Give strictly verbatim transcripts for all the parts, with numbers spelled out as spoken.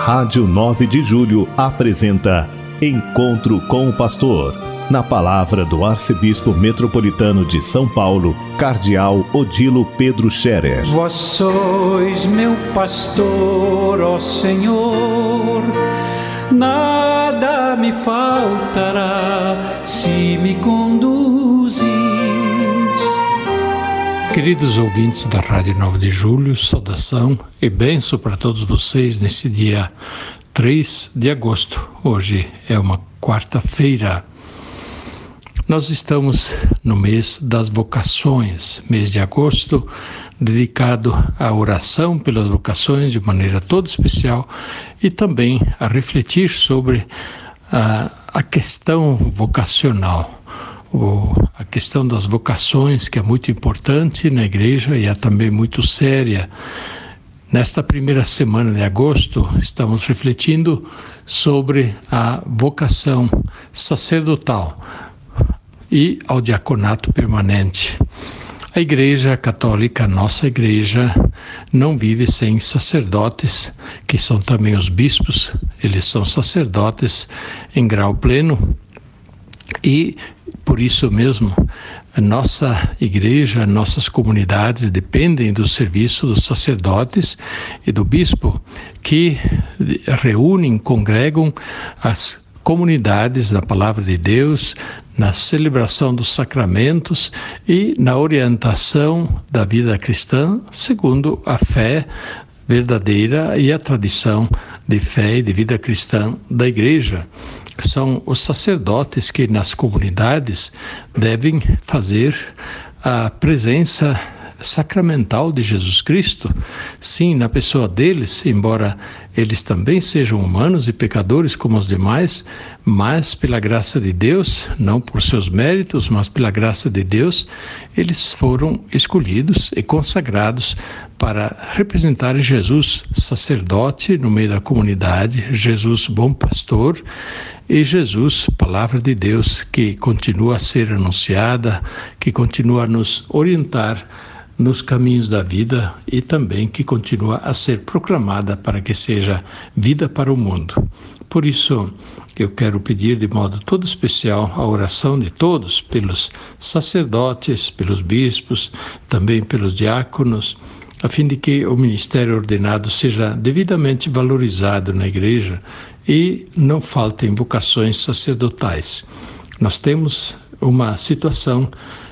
Rádio nove de Julho apresenta Encontro com o Pastor, na palavra do Arcebispo Metropolitano de São Paulo, Cardeal Odilo Pedro Scherer. Vós sois meu pastor, ó Senhor, nada me faltará se me conduzis. Queridos ouvintes da Rádio nove de Julho, saudação e bênção para todos vocês nesse dia três de agosto. Hoje é uma quarta-feira. Nós estamos no mês das vocações, mês de agosto, dedicado à oração pelas vocações de maneira toda especial e também a refletir sobre a, a questão vocacional. A questão das vocações, que é muito importante na igreja e é também muito séria. Nesta primeira semana de agosto, estamos refletindo sobre a vocação sacerdotal e ao diaconato permanente. A Igreja Católica, a nossa igreja, não vive sem sacerdotes, que são também os bispos. Eles são sacerdotes em grau pleno e por isso mesmo, a nossa igreja, nossas comunidades dependem do serviço dos sacerdotes e do bispo, que reúnem, congregam as comunidades na palavra de Deus, na celebração dos sacramentos e na orientação da vida cristã, segundo a fé verdadeira e a tradição de fé e de vida cristã da igreja. São os sacerdotes que nas comunidades devem fazer a presença sacramental de Jesus Cristo, sim, na pessoa deles, embora eles também sejam humanos e pecadores como os demais, mas pela graça de Deus, não por seus méritos, mas pela graça de Deus, eles foram escolhidos e consagrados para representar Jesus, sacerdote no meio da comunidade, Jesus, bom pastor, e Jesus, palavra de Deus, que continua a ser anunciada, que continua a nos orientar nos caminhos da vida e também que continua a ser proclamada para que seja vida para o mundo. Por isso, eu quero pedir de modo todo especial a oração de todos, pelos sacerdotes, pelos bispos, também pelos diáconos, a fim de que o ministério ordenado seja devidamente valorizado na igreja e não faltem vocações sacerdotais. Nós temos uma situação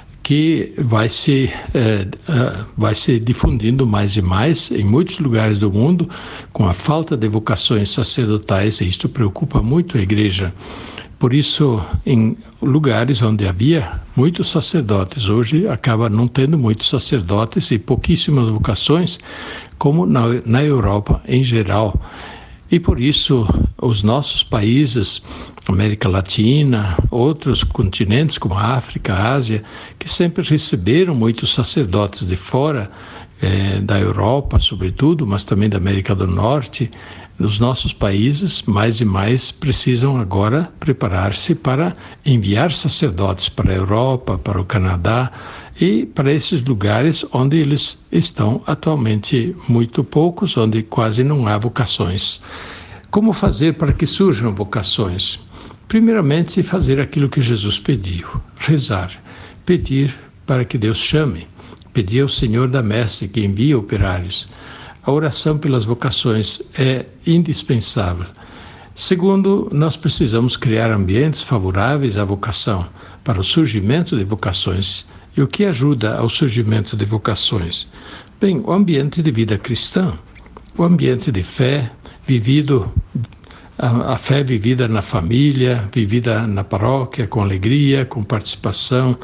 que vai se, eh, uh, vai se difundindo mais e mais em muitos lugares do mundo, com a falta de vocações sacerdotais, e isto preocupa muito a igreja. Por isso, em lugares onde havia muitos sacerdotes, hoje acaba não tendo muitos sacerdotes e pouquíssimas vocações, como na, na Europa em geral. E por isso, os nossos países, América Latina, outros continentes como a África, a Ásia, que sempre receberam muitos sacerdotes de fora, eh, da Europa, sobretudo, mas também da América do Norte, os nossos países, mais e mais, precisam agora preparar-se para enviar sacerdotes para a Europa, para o Canadá e para esses lugares onde eles estão atualmente muito poucos, onde quase não há vocações. Como fazer para que surjam vocações? Primeiramente, fazer aquilo que Jesus pediu, rezar, pedir para que Deus chame, pedir ao Senhor da Messe que envie operários. A oração pelas vocações é indispensável. Segundo, nós precisamos criar ambientes favoráveis à vocação, para o surgimento de vocações. E o que ajuda ao surgimento de vocações? Bem, o ambiente de vida cristã, o ambiente de fé, vivido, a, a fé vivida na família, vivida na paróquia, com alegria, com participação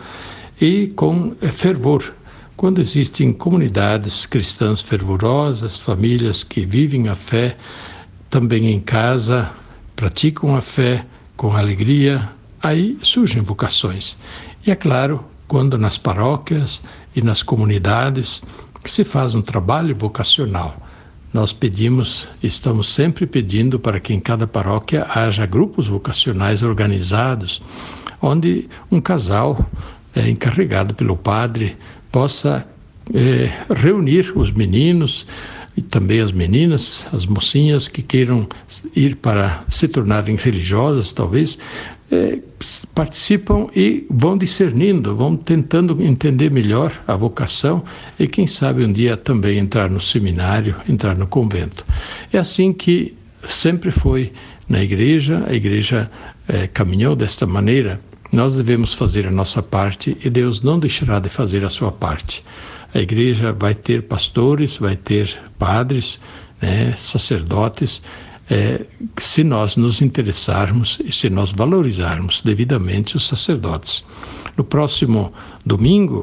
e com fervor. Quando existem comunidades cristãs fervorosas, famílias que vivem a fé, também em casa, praticam a fé com alegria, aí surgem vocações. E é claro, quando nas paróquias e nas comunidades se faz um trabalho vocacional. Nós pedimos, estamos sempre pedindo para que em cada paróquia haja grupos vocacionais organizados, onde um casal é encarregado pelo padre possa é, reunir os meninos e também as meninas, as mocinhas que queiram ir para se tornarem religiosas, talvez, é, participam e vão discernindo, vão tentando entender melhor a vocação e quem sabe um dia também entrar no seminário, entrar no convento. É assim que sempre foi na igreja, a igreja é, caminhou desta maneira. Nós devemos fazer a nossa parte e Deus não deixará de fazer a sua parte. A igreja vai ter pastores, vai ter padres, né, sacerdotes, é, se nós nos interessarmos e se nós valorizarmos devidamente os sacerdotes. No próximo domingo,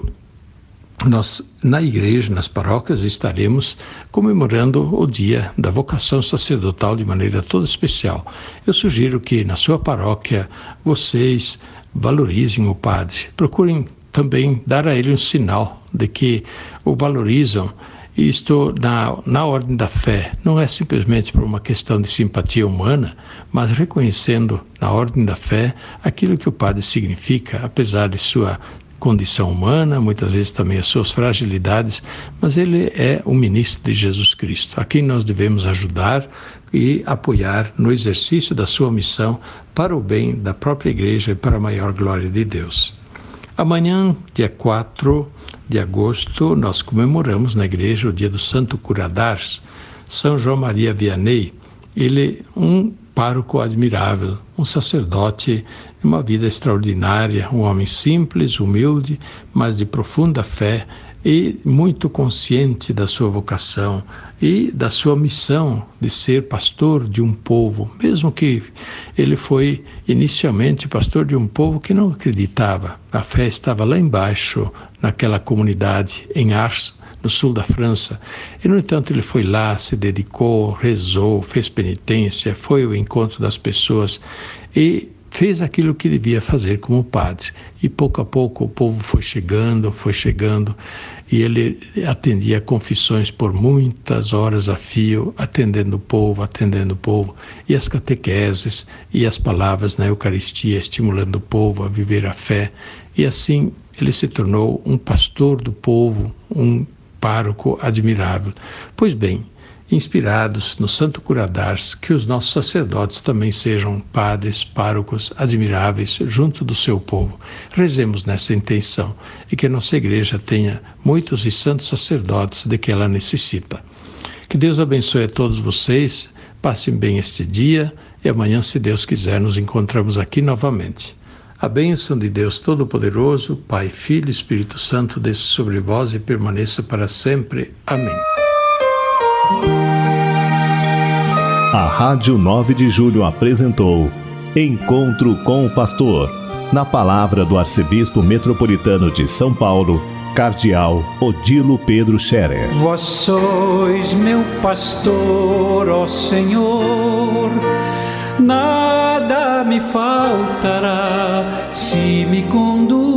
nós, na igreja, nas paróquias, estaremos comemorando o dia da vocação sacerdotal de maneira toda especial. Eu sugiro que na sua paróquia vocês valorizem o padre, procurem também dar a ele um sinal de que o valorizam. Isto na, na ordem da fé não é simplesmente por uma questão de simpatia humana, mas reconhecendo na ordem da fé aquilo que o padre significa, apesar de sua condição humana, muitas vezes também as suas fragilidades, mas ele é o ministro de Jesus Cristo, a quem nós devemos ajudar e apoiar no exercício da sua missão para o bem da própria igreja e para a maior glória de Deus. Amanhã, dia quatro de agosto, nós comemoramos na igreja o dia do Santo Curadars, São João Maria Vianney. Ele é um pároco admirável, um sacerdote de uma vida extraordinária, um homem simples, humilde, mas de profunda fé e muito consciente da sua vocação e da sua missão de ser pastor de um povo, mesmo que ele foi inicialmente pastor de um povo que não acreditava. A fé estava lá embaixo, naquela comunidade, em Ars, no sul da França. E, no entanto, ele foi lá, se dedicou, rezou, fez penitência, foi ao encontro das pessoas e fez aquilo que devia fazer como padre. E pouco a pouco o povo foi chegando, foi chegando, e ele atendia confissões por muitas horas a fio, atendendo o povo, atendendo o povo, e as catequeses e as palavras na Eucaristia, estimulando o povo a viver a fé. E assim ele se tornou um pastor do povo, um pároco admirável. Pois bem, inspirados no Santo Curadars, que os nossos sacerdotes também sejam padres, párocos admiráveis junto do seu povo. Rezemos nessa intenção e que a nossa igreja tenha muitos e santos sacerdotes de que ela necessita. Que Deus abençoe a todos vocês, passem bem este dia e amanhã, se Deus quiser, nos encontramos aqui novamente. A bênção de Deus Todo-Poderoso, Pai, Filho e Espírito Santo, desça sobre vós e permaneça para sempre. Amém. A Rádio nove de Julho apresentou Encontro com o Pastor, na palavra do Arcebispo Metropolitano de São Paulo, Cardeal Odilo Pedro Scherer. Vós sois meu pastor, ó Senhor, nada me faltará se me conduz